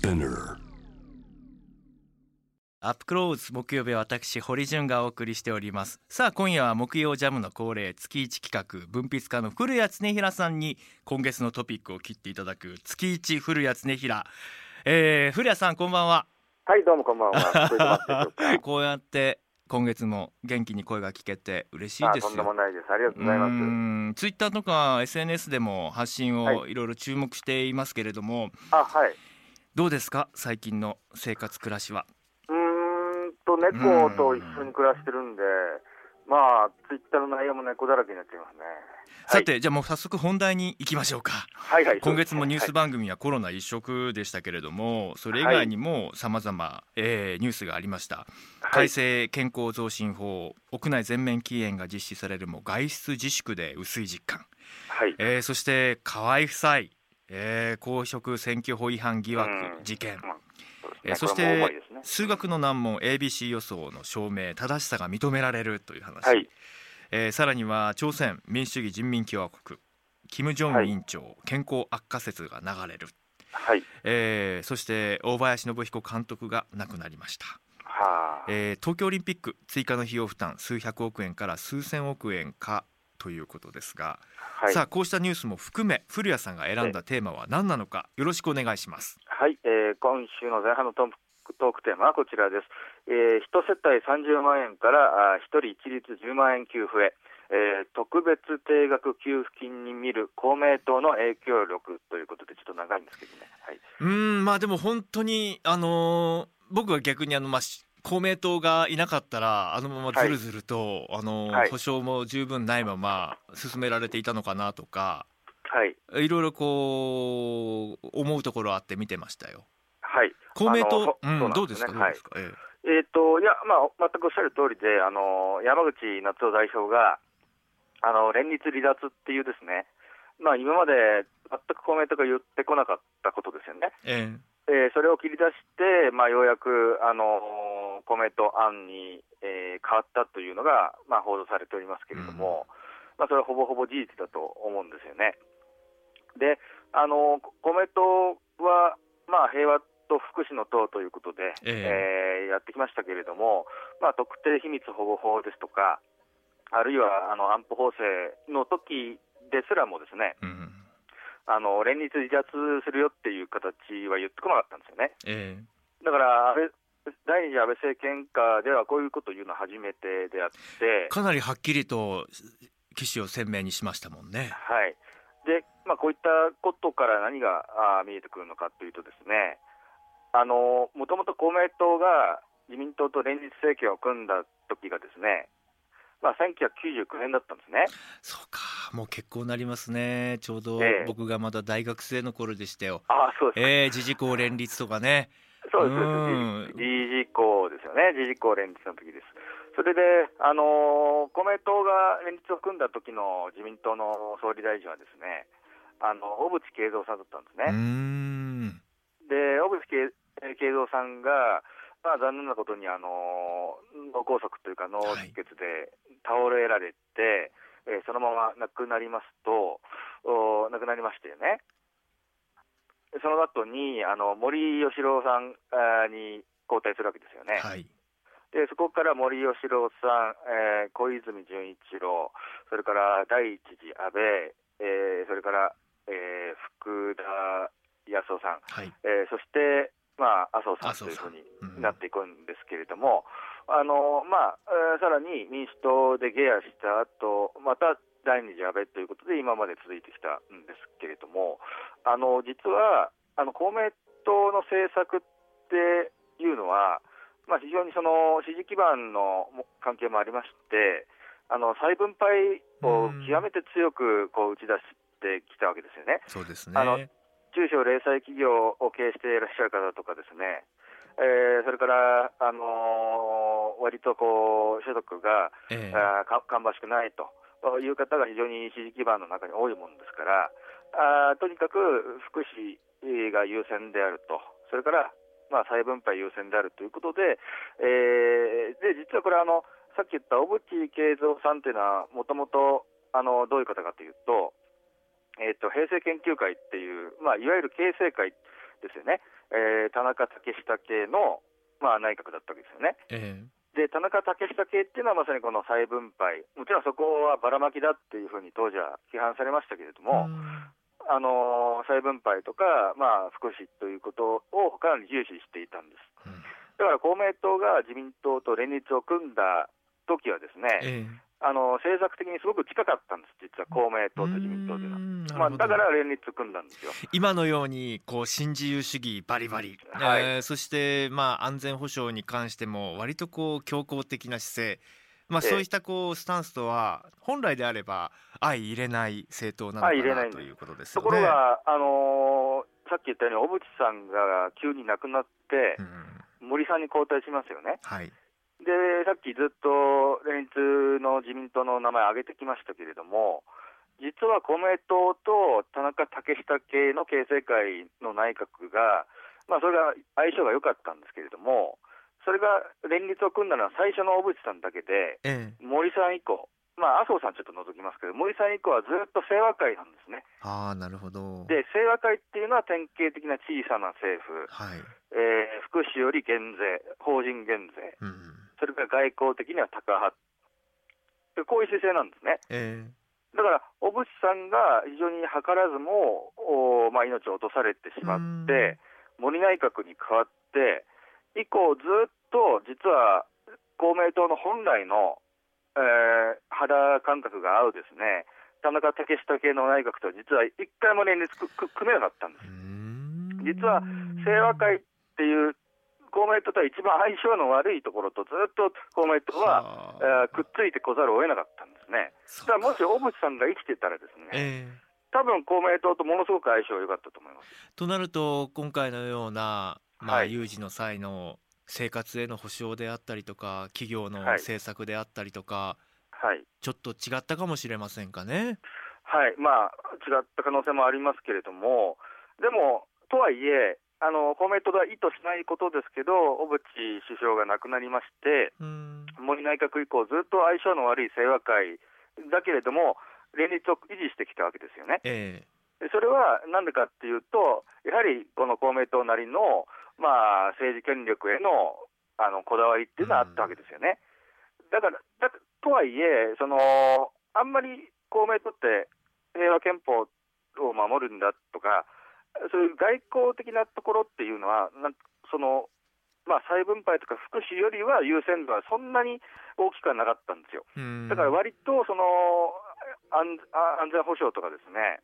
Spinner。 アップクローズ木曜日は私堀潤がお送りしております。さあ今夜は木曜ジャムの恒例月1企画、文筆家の古谷恒平さんに今月のトピックを切っていただく月1古谷恒平、古谷さんこんばんは。 はい、どうもこんばんは。聞こえてますでしょうか。 こうやって今月も元気に声が聞けて嬉しいですよ。 とんでもないです。ありがとうございます。 ツイッターとか SNS でも発信をいろいろ注目していますけれども、 はい。 どうですか最近の生活暮らしは。 猫と一緒に暮らしてるんで、まあツイッターの内容も猫だらけになっちゃいますね。 さて、じゃあもう早速本題に行きましょうか。 はいはい。 今月もニュース番組はコロナ一色でしたけれども、それ以外にも様々、ニュースがありました。改正健康増進法、屋内全面禁煙が実施されるも外出自粛で薄い実感、そして河合夫妻、公職選挙法違反疑惑事件、そして数学の難問 ABC 予想の証明正しさが認められるという話、さらには朝鮮民主主義人民共和国金正恩委員長、健康悪化説が流れる、そして大林信彦監督が亡くなりました。東京オリンピック追加の費用負担数百億円から数千億円かということですが、さあこうしたニュースも含め古谷さんが選んだテーマは何なのか、よろしくお願いします。 今週の前半のトークテーマはこちらです。1世帯30万円から1人一律10万円給付へ、特別定額給付金に見る公明党の影響力ということでちょっと長いんですけどね。 まあでも本当に僕は逆に公明党がいなかったらあのままずるずると、保証も十分ないまま進められていたのかなとか、いろいろこう思うところあって見てましたよ。公明党、どうですか。いや、 全くおっしゃる通りで、山口那津男代表が連立離脱っていうですね、今まで全く公明党が言ってこなかったことですよね。それを切り出して、ようやく公明党案に、変わったというのが、報道されておりますけれども、それはほぼほぼ事実だと思うんですよね。で、公明党は、平和と福祉の党ということで、やってきましたけれども、特定秘密保護法ですとか、あるいは安保法制の時ですらもですね、連立離脱するよっていう形は言ってこなかったんですよね。だから第二次安倍政権下ではこういうことを言うのは初めてであって、 かなりはっきりと旗手を鮮明にしましたもんね。 で、こういったことから何が見えてくるのかというとですね、もともと公明党が自民党と連立政権を組んだ時がですね、1999年だったんですね。 そうか、もう結構なりますね。ちょうど僕がまだ大学生の頃でしたよ。 そうです。 自治公連立とかね。 そうです。自治公ですよね。自治公連立の時です。それで、公明党が連立を組んだ時の自民党の総理大臣はですね、小渕恵三さんだったんですね。で、小渕恵三さんが、残念なことに脳梗塞というか脳出血で倒れられて、そのまま亡くなりましたよね。その後に森喜朗さんに交代するわけですよね。でそこから森喜朗さん、小泉純一郎、それから第一次安倍、それから、福田康夫さん、そして麻生さんというふうになっていくんですけれども、さらに民主党で下野した後、また第二次安倍ということで今まで続いてきたんですけれども、実は公明党の政策っていうのは、非常にその支持基盤の関係もありまして、再分配を極めて強く打ち出してきたわけですよね。 そうですね。 中小零細企業を経営していらっしゃる方とかですね、それから、割と所得が、芳しくないという方が非常に支持基盤の中に多いものですから、とにかく福祉が優先であると、それから再分配優先であるということで、実はこれさっき言った小渕恵三さんというのはもともとどういう方かというと、平成研究会っていう、いわゆる経世会ですよね。 田中竹下系の、内閣だったわけですよね。で田中竹下系っていうのはまさにこの再分配、もちろんそこはばらまきだっていうふうに当時は批判されましたけれども、再分配とか、福祉ということをかなり重視していたんです。だから公明党が自民党と連立を組んだ時はですね、政策的にすごく近かったんです、実は公明党と自民党というのは。だから連立を組んだんですよ。 今のように新自由主義バリバリ、そして安全保障に関しても割と強硬的な姿勢、そういったスタンスとは本来であれば相入れない政党なのかなということですよね。 ところが、さっき言ったように小渕さんが急に亡くなって、森さんに交代しますよね。でさっきずっと連立の自民党の名前を挙げてきましたけれども、実は公明党と田中竹下系の形成会の内閣が、それが相性が良かったんですけれども、それが連立を組んだのは最初の小渕さんだけで、森さん以降、麻生さんちょっと除きますけど、森さん以降はずっと清和会なんですね。 なるほど。 で清和会っていうのは典型的な小さな政府、福祉より減税、法人減税、それから外交的にはタカ派、こういう姿勢なんですね。だから小渕さんが非常に図らずも、命を落とされてしまって森内閣に変わって以降、ずっと実は公明党の本来の、肌感覚が合うですね、田中竹下系の内閣とは実は一回も連立組めなかったんです。実は清和会っていう公明党とは一番相性の悪いところとずっと公明党は、くっついてこざるを得なかったんですね。だからもし小渕さんが生きてたらですね、多分公明党とものすごく相性が良かったと思います。 となると今回のような、有事の際の生活への保障であったりとか企業の政策であったりとか、ちょっと違ったかもしれませんかね。 違った可能性もありますけれども、でもとはいえ公明党は意図しないことですけど、小渕首相が亡くなりまして、森内閣以降ずっと相性の悪い清和会だけれども連立を維持してきたわけですよね。それは何でかっていうと、やはりこの公明党なりの、政治権力への、こだわりっていうのはあったわけですよね。だからとはいえあんまり公明党って平和憲法を守るんだとか、そういう外交的なところっていうのは再分配とか福祉よりは優先度はそんなに大きくはなかったんですよ。だから割と安全保障とかですね、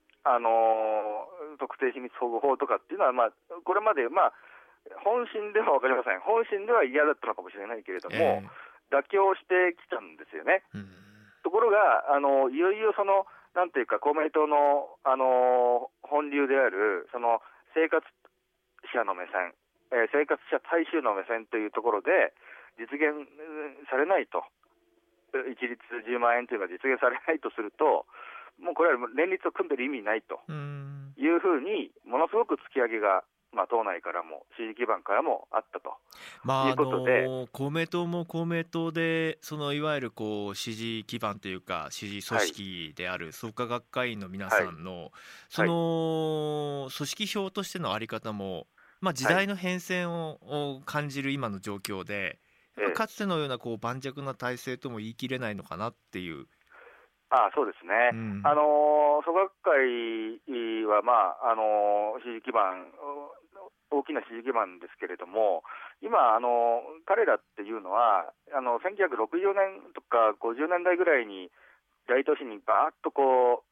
特定秘密保護法とかっていうのは、これまで、本心では分かりません、本心では嫌だったのかもしれないけれども、妥協してきたんですよね。ところがいよいよなんていうか公明党の、本流である生活者の目線、生活者大衆の目線というところで実現されないと、一律10万円というのが実現されないとすると、もうこれは連立を組んでる意味ないというふうにものすごく突き上げが、党内からも支持基盤からもあったということで、 公明党も公明党でいわゆる支持基盤というか支持組織である創価学会員の皆さんの、組織票としての在り方も、時代の変遷を感じる今の状況で、かつてのような盤石な体制とも言い切れないのかなっていう。 そうですね、創価学会は、支持基盤、大きな支持基盤ですけれども、今彼らっていうのは1960年とか50年代ぐらいに大都市にバーッと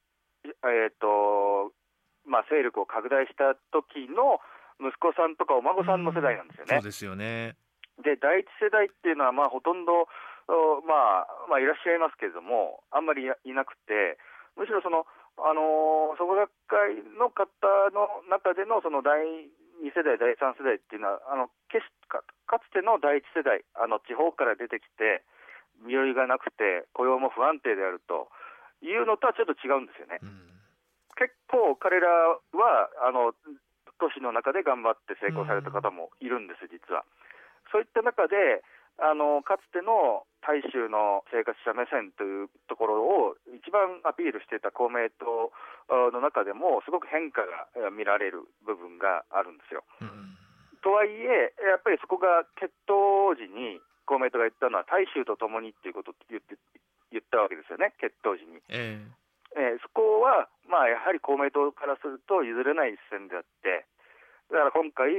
勢力を拡大した時の息子さんとかお孫さんの世代なんですよね。 そうですよね。 で第一世代っていうのはほとんどいらっしゃいますけれども、あんまりいなくて、むしろ創価学会の方の中での第2世代、第3世代っていうのはかつての第1世代、地方から出てきて身寄りがなくて雇用も不安定であるというのとはちょっと違うんですよね。結構彼らは都市の中で頑張って成功された方もいるんです、実は。そういった中でかつての大衆の生活者目線というところを一番アピールしていた公明党の中でもすごく変化が見られる部分があるんですよ。とはいえやっぱりそこが決闘時に公明党が言ったのは大衆と共にっていうことを言ったわけですよね、決闘時に。そこは、やはり公明党からすると譲れない一線であって、だから今回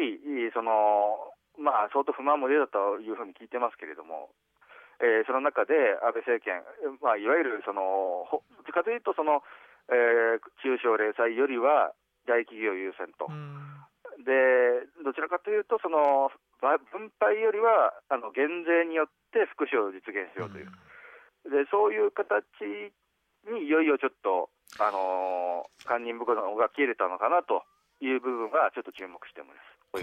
相当不満も出たというふうに聞いてますけれども、その中で安倍政権、いわゆるどっちかというと中小零細よりは大企業優先と、でどちらかというと分配よりは減税によって福祉を実現しようという、でそういう形にいよいよちょっと堪忍袋が切れたのかなという部分はちょっと注目してます。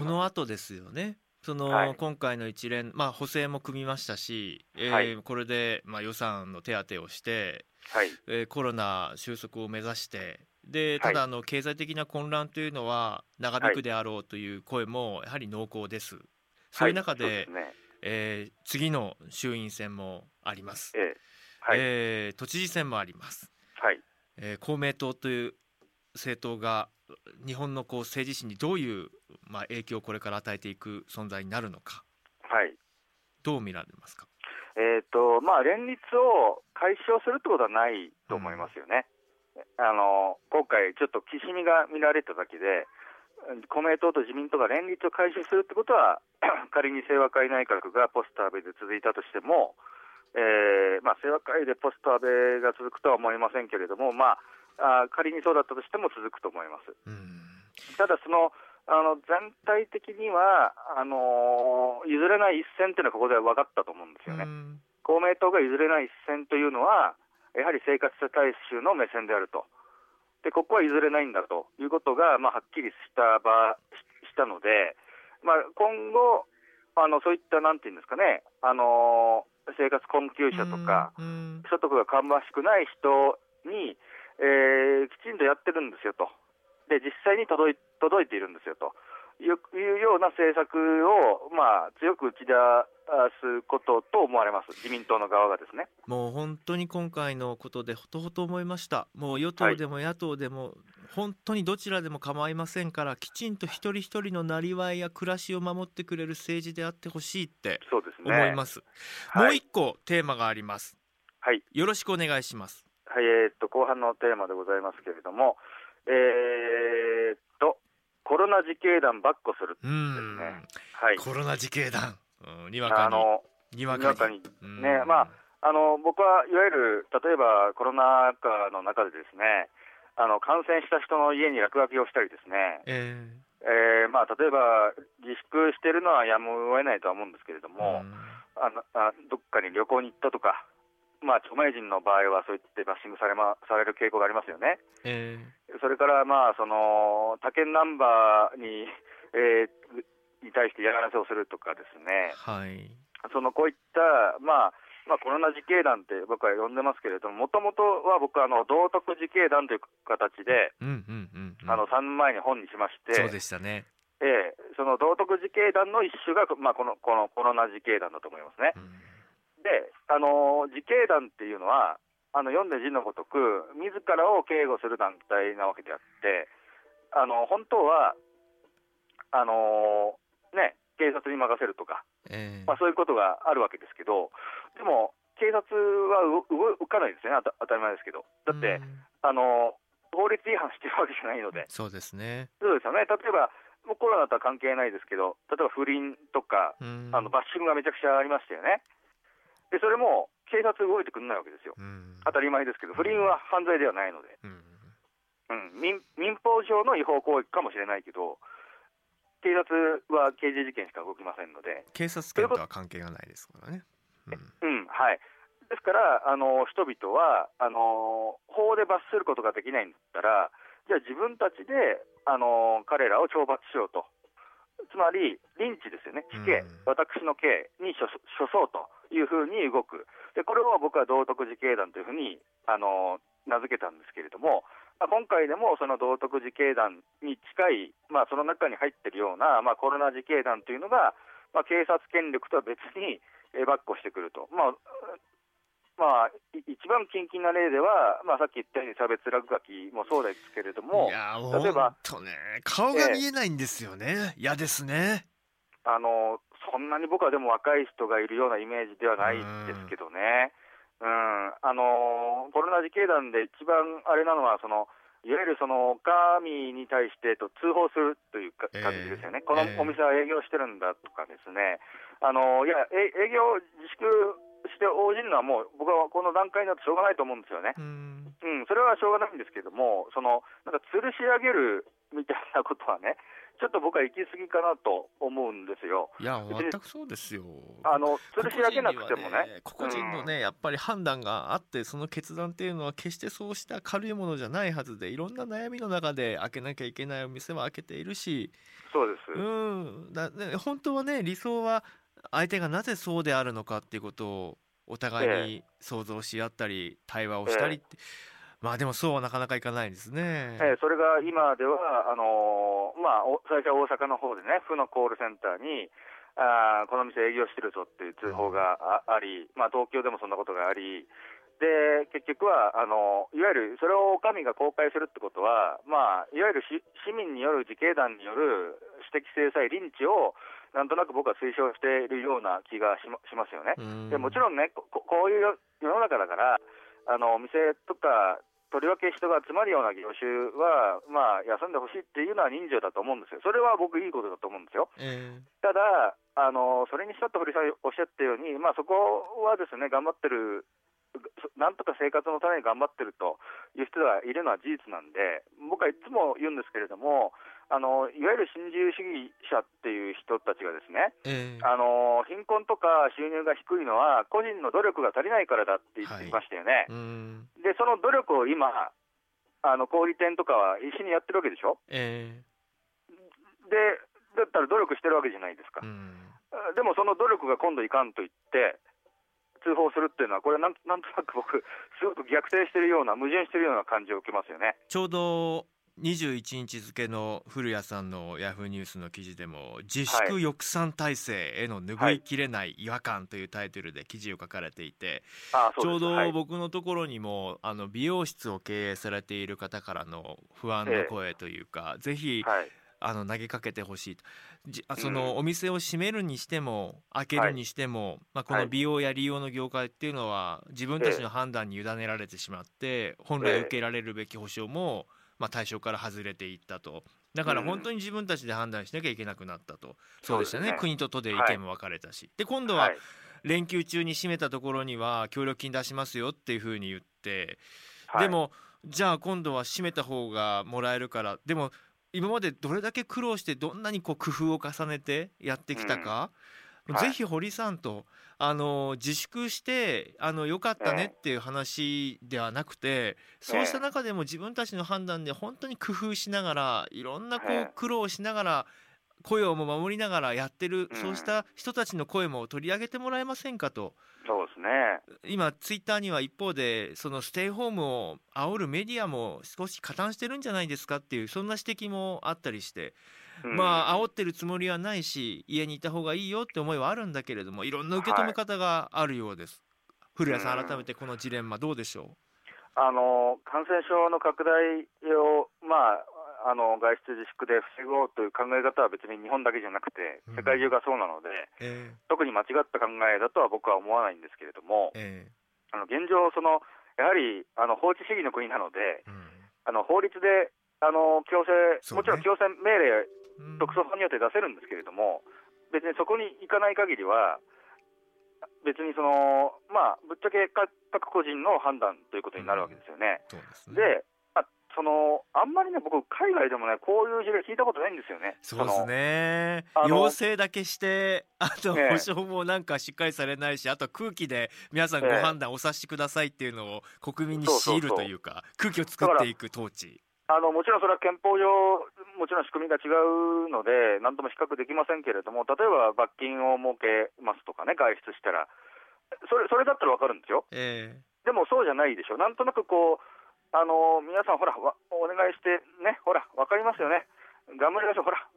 この後ですよね。今回の一連、補正も組みましたし、これで、予算の手当をして、コロナ収束を目指して、でただ経済的な混乱というのは長引くであろうという声もやはり濃厚です。そういう中で、次の衆院選もあります、都知事選もあります、公明党という政党が日本の政治史にどういう、影響をこれから与えていく存在になるのか、どう見られますか。 連立を解消するってことはないと思いますよね。今回ちょっときしみが見られただけで公明党と自民党が連立を解消するってことは仮に清和会内閣がポスト安倍で続いたとしても、清和会でポスト安倍が続くとは思いませんけれども、仮にそうだったとしても続くと思います。ただ全体的には譲れない一線というのはここでは分かったと思うんですよね。公明党が譲れない一線というのはやはり生活者大衆の目線であると。でここは譲れないんだということが、はっきりしたので、今後そういったなんていうんですかね、生活困窮者とか所得が芳しくない人に、きちんとやってるんですよと。で実際に届いているんですよというような政策を、強く打ち出すことと思われます、自民党の側がですね。 もう本当に今回のことでほとほと思いました。もう与党でも野党でも、本当にどちらでも構いませんから、きちんと一人一人のなりわいや暮らしを守ってくれる政治であってほしいって思います。もう一個テーマがあります。よろしくお願いします。 後半のテーマでございますけれども、コロナ自警団ばっこするですね。 コロナ自警団、にわかにね、僕はいわゆる例えばコロナ禍の中でですね、感染した人の家に落書きをしたりですね、例えば自粛しているのはやむを得ないとは思うんですけれども、どっかに旅行に行ったとか、著名人の場合はそういってバッシングされる傾向がありますよね。それから他県ナンバーに対して嫌がらせをするとかですね、こういったコロナ自警団って僕は呼んでますけれども、もともとは僕は道徳自警団という形で3年前に本にしまして、 そうでしたね。 その道徳自警団の一種が、このコロナ自警団だと思いますね。で自警団っていうのは読んで字のごとく自らを警護する団体なわけであって、本当は警察に任せるとか、そういうことがあるわけですけど、でも警察は動かないですよね。当たり前ですけど、だって法律違反してるわけじゃないので。 そうですね。 そうですよね。例えばもうコロナとは関係ないですけど、例えば不倫とかバッシングがめちゃくちゃありましたよね。でそれも警察動いてくれないわけですよ。当たり前ですけど、不倫は犯罪ではないので、民法上の違法行為かもしれないけど、警察は刑事事件しか動きませんので、 警察権とは関係がないですからね。 ですから人々は法で罰することができないんだったら、じゃあ自分たちで彼らを懲罰しようと、つまりリンチですよね、死刑、私の刑に処そうというふうに動く。でこれを僕は道徳自警団というふうに名付けたんですけれども、今回でもその道徳自警団に近い、その中に入っているような、コロナ自警団というのが、警察権力とは別にばっこしてくると、一番近々な例では、さっき言ったように差別落書きもそうですけれども、 いや例えばほんとね、顔が見えないんですよね、嫌ですね。 そんなに僕はでも若い人がいるようなイメージではないですけどね、コロナ自警団で一番あれなのは、いわゆるおかみに対して通報するという感じですよね、このお店は営業してるんだとかですね、いや、営業自粛して応じるのはもう僕はこの段階だとしょうがないと思うんですよね。それはしょうがないんですけども、なんか吊るし上げるみたいなことはね、ちょっと僕は行き過ぎかなと思うんですよ。 いや、全くそうですよ。 吊るし上げなくてもね、 個々人のね、やっぱり判断があって、その決断っていうのは決してそうした軽いものじゃないはずで、いろんな悩みの中で開けなきゃいけないお店は開けているし、 そうです。 本当はね、理想は相手がなぜそうであるのかっていうことをお互いに想像し合ったり、対話をしたりって、でもそうはなかなかいかないですね。 それが今では最初は大阪の方でね、府のコールセンターにこの店営業してるぞっていう通報があり、東京でもそんなことがありで、結局はいわゆるそれを神が公開するってことは、いわゆる市民による自警団による私的制裁、リンチをなんとなく僕は推奨しているような気がしますよね。でもちろんね、こういう世の中だからお店とかとりわけ人が集まるような業種は、休んでほしいっていうのは人情だと思うんですよ。それは僕いいことだと思うんですよ。ただそれにしたって堀さんおっしゃったように、そこはですね、頑張ってる、なんとか生活のために頑張ってるという人がいるのは事実なんで、僕はいつも言うんですけれども、いわゆる新自由主義者っていう人たちがですね、貧困とか収入が低いのは個人の努力が足りないからだって言っていましたよね。で、その努力を今小売店とかは必死にやってるわけでしょ。で、だったら努力してるわけじゃないですか。でもその努力が今度いかんと言って通報するっていうのは、これなんとなく僕すごく逆転してるような、矛盾してるような感じを受けますよね。 ちょうど21日付の古谷さんのヤフーニュースの記事でも、自粛抑散体制への拭いきれない違和感というタイトルで記事を書かれていて、ちょうど僕のところにも美容室を経営されている方からの不安の声というか、ぜひ投げかけてほしいと。そのお店を閉めるにしても開けるにしても、この美容や利用の業界っていうのは自分たちの判断に委ねられてしまって、本来受けられるべき保障も対象から外れていったと。だから本当に自分たちで判断しなきゃいけなくなったと。そうでしたね。国と都で意見も分かれたし、で今度は連休中に閉めたところには協力金出しますよっていうふうに言って、でもじゃあ今度は閉めた方がもらえるから、でも今までどれだけ苦労してどんなに工夫を重ねてやってきたか、ぜひ堀さんと自粛してよかったねっていう話ではなくて、そうした中でも自分たちの判断で本当に工夫しながら、いろんな苦労しながら声をも守りながらやってる、そうした人たちの声も取り上げてもらえませんかと。 そうですね。 今ツイッターには一方でそのステイホームを煽るメディアも少し加担してるんじゃないですかっていう、そんな指摘もあったりして、煽ってるつもりはないし、家にいた方がいいよって思いはあるんだけれども、いろんな受け止め方があるようです。古谷さん、改めてこのジレンマどうでしょう。 感染症の拡大を外出自粛で防ごうという考え方は別に日本だけじゃなくて世界中がそうなので、特に間違った考えだとは僕は思わないんですけれども、現状やはり法治主義の国なので、法律で強制、もちろん強制命令、特措法によって出せるんですけれども、別にそこに行かない限りは別にぶっちゃけ各個人の判断ということになるわけですよね。であんまりね、僕海外でもねこういう事例聞いたことないんですよね。 そうですね。要請だけして保証もなんかしっかりされないし、あと空気で皆さんご判断お察しくださいっていうのを国民に強いるというか、空気を作っていく統治。 もちろんそれは憲法上もちろん仕組みが違うので何とも比較できませんけれども、例えば罰金を設けますとかね、外出したらそれだったら分かるんですよ。でもそうじゃないでしょ。なんとなく皆さんほらお願いしてね、ほら分かりますよね、頑張りましょう、ほらね、分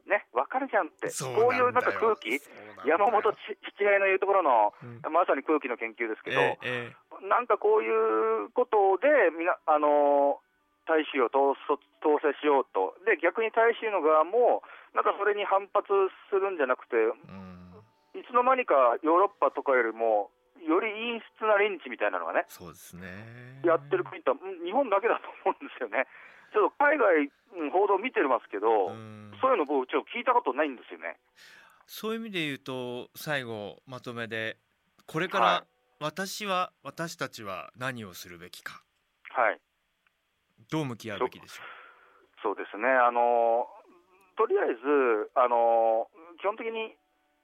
かるじゃんって、こういうなんか空気、山本七平の言うところの、まさに空気の研究ですけど、なんかこういうことで大衆を統制しようと、で逆に大衆の側もなんかそれに反発するんじゃなくて、いつの間にかヨーロッパとかよりもより陰湿なリンチみたいなのがね、 そうですね、 やってる国って日本だけだと思うんですよね。ちょっと海外報道見てますけど、そういうの僕ちょっと聞いたことないんですよね。 そういう意味で言うと、最後まとめで、これから私たちは何をするべきか、どう向き合うべきでしょう。 そうですね、とりあえず基本的に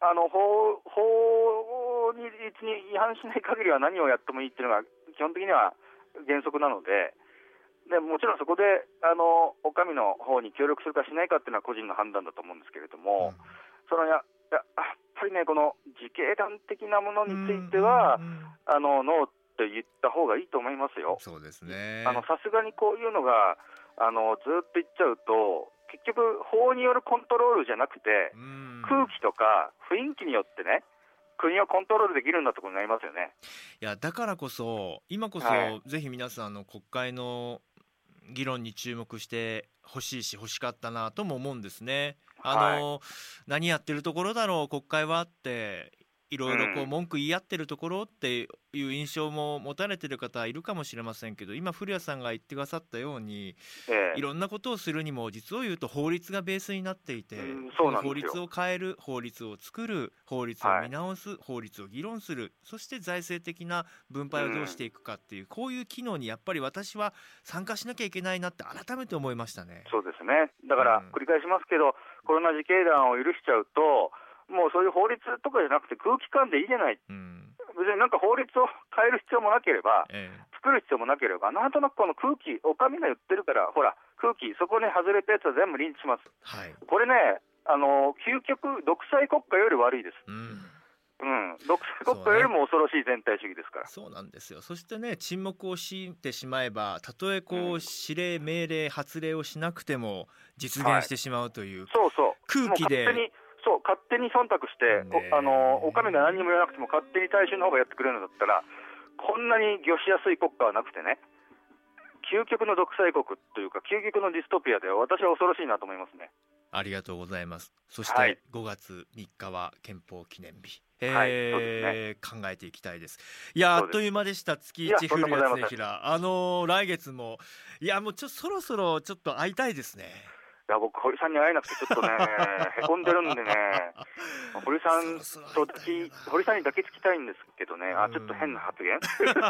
法律に違反しない限りは何をやってもいいっていうのが基本的には原則なので、もちろんそこでお上の方に協力するかしないかっていうのは個人の判断だと思うんですけれども、やっぱりね、この自警団的なものについては、ノーって言った方がいいと思いますよ。 そうですね、 さすがにこういうのがずっと言っちゃうと、結局法によるコントロールじゃなくて、空気とか雰囲気によってね、国をコントロールできるんだところになりますよね。 いや、だからこそ今こそ、ぜひ皆さん国会の議論に注目してほしいし、欲しかったなとも思うんですね。何やってるところだろう国会はっていろいろ文句言い合ってるところっていう印象も持たれてる方いるかもしれませんけど、今古谷さんが言ってくださったように、いろんなことをするにも実を言うと法律がベースになっていて、その法律を変える、法律を作る、法律を見直す、法律を議論する、そして財政的な分配をどうしていくかっていう、こういう機能にやっぱり私は参加しなきゃいけないなって改めて思いましたね。 そうですね、だから繰り返しますけど、コロナ自警団を許しちゃうと、もうそういう法律とかじゃなくて空気感でいいじゃない、別になんか法律を変える必要もなければ、作る必要もなければ、なんとなくこの空気、お上が言ってるから、ほら空気、そこに外れたやつは全部リンチします、これね、究極独裁国家より悪いです。独裁国家よりも恐ろしい全体主義ですから。 そうなんですよ。そしてね、沈黙を強いてしまえば、たとえ指令命令発令をしなくても実現してしまうという、空気で勝手に忖度して、お上が何にも言わなくても勝手に大衆の方がやってくれるんだったら、こんなに御しやすい国家はなくてね、究極の独裁国というか究極のディストピアでは私は恐ろしいなと思いますね。 ありがとうございます。そして5月3日は憲法記念日、考えていきたいです。いや、あっという間でした。月一古谷恒平、来月ももうそろそろちょっと会いたいですね。 いや、僕堀さんに会えなくてちょっとねへこんでるんでね、堀さんに抱きつきたいんですけどね、ちょっと変な発言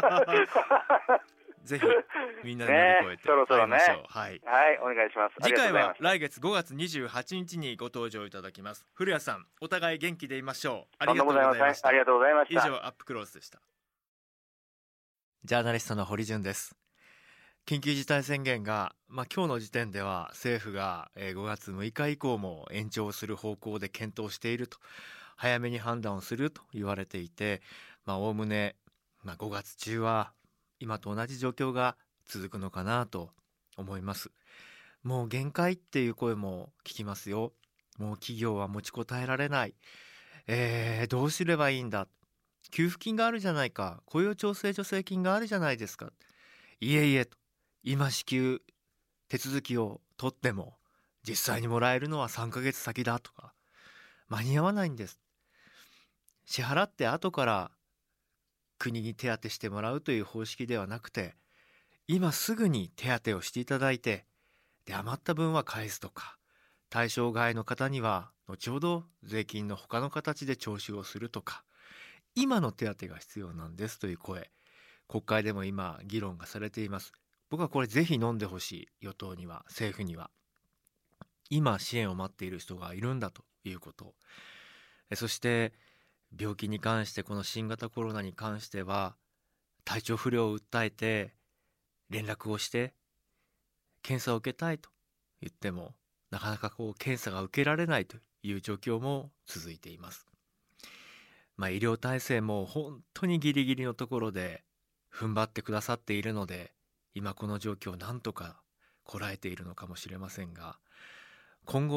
ぜひみんなで乗り越えて会いましょう。はい、 お願いします。 次回は来月5月28日にご登場いただきます。古谷さん、お互い元気でいましょう。ありがとうございました。 ありがとうございました。 以上、アップクロースでした。ジャーナリストの堀潤です。緊急事態宣言が、今日の時点では政府が5月6日以降も延長する方向で検討していると、早めに判断をすると言われていて、おおむね5月中は今と同じ状況が続くのかなと思います。もう限界っていう声も聞きますよ。もう企業は持ちこたえられない、どうすればいいんだ、給付金があるじゃないか、雇用調整助成金があるじゃないですか。いえいえと、今支給手続きを取っても実際にもらえるのは3ヶ月先だとか、間に合わないんです。支払って後から国に手当てしてもらうという方式ではなくて、今すぐに手当てをしていただいて、で余った分は返すとか、対象外の方には後ほど税金の他の形で徴収をするとか、今の手当が必要なんですという声、国会でも今議論がされています。僕はこれぜひ飲んでほしい。与党には、政府には今支援を待っている人がいるんだということ。そして病気に関して、この新型コロナに関しては体調不良を訴えて連絡をして検査を受けたいと言っても、なかなか検査が受けられないという状況も続いています。医療体制も本当にギリギリのところで踏ん張ってくださっているので、今この状況をなんとかこらえているのかもしれませんが、今後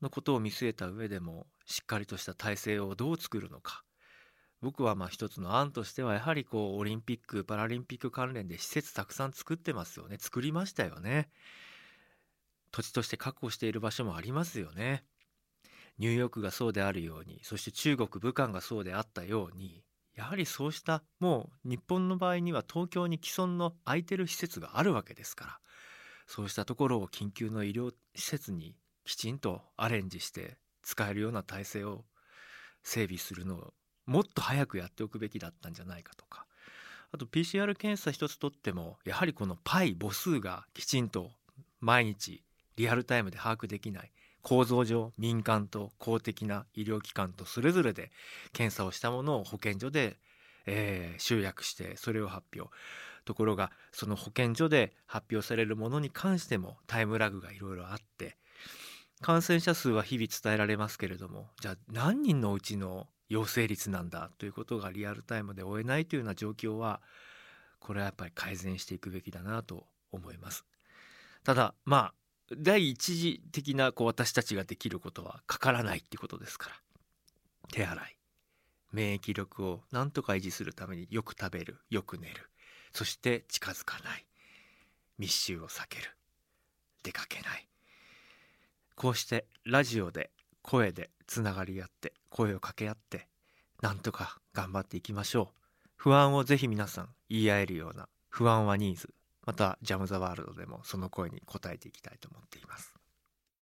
のことを見据えた上でもしっかりとした体制をどう作るのか。僕は一つの案としてはやはりオリンピック・パラリンピック関連で施設たくさん作ってますよね。作りましたよね。土地として確保している場所もありますよね。ニューヨークがそうであるように、そして中国武漢がそうであったように、やはりそうしたもう日本の場合には東京に既存の空いてる施設があるわけですから、そうしたところを緊急の医療施設にきちんとアレンジして使えるような体制を整備するのをもっと早くやっておくべきだったんじゃないかとか、あと PCR 検査一つとってもやはりこのパイ母数がきちんと毎日リアルタイムで把握できない、構造上民間と公的な医療機関とそれぞれで検査をしたものを保健所で、集約してそれを発表。ところがその保健所で発表されるものに関してもタイムラグがいろいろあって、感染者数は日々伝えられますけれども、じゃあ何人のうちの陽性率なんだということがリアルタイムで追えないというような状況は、これはやっぱり改善していくべきだなと思います。ただ第一次的な私たちができることはかからないっていうことですから、手洗い、免疫力をなんとか維持するためによく食べる、よく寝る、そして近づかない、密集を避ける、出かけない、こうしてラジオで声でつながり合って声を掛け合ってなんとか頑張っていきましょう。不安をぜひ皆さん言い合えるような不安はニーズ、またジャム・ザ・ワールドでもその声に応えていきたいと思っています。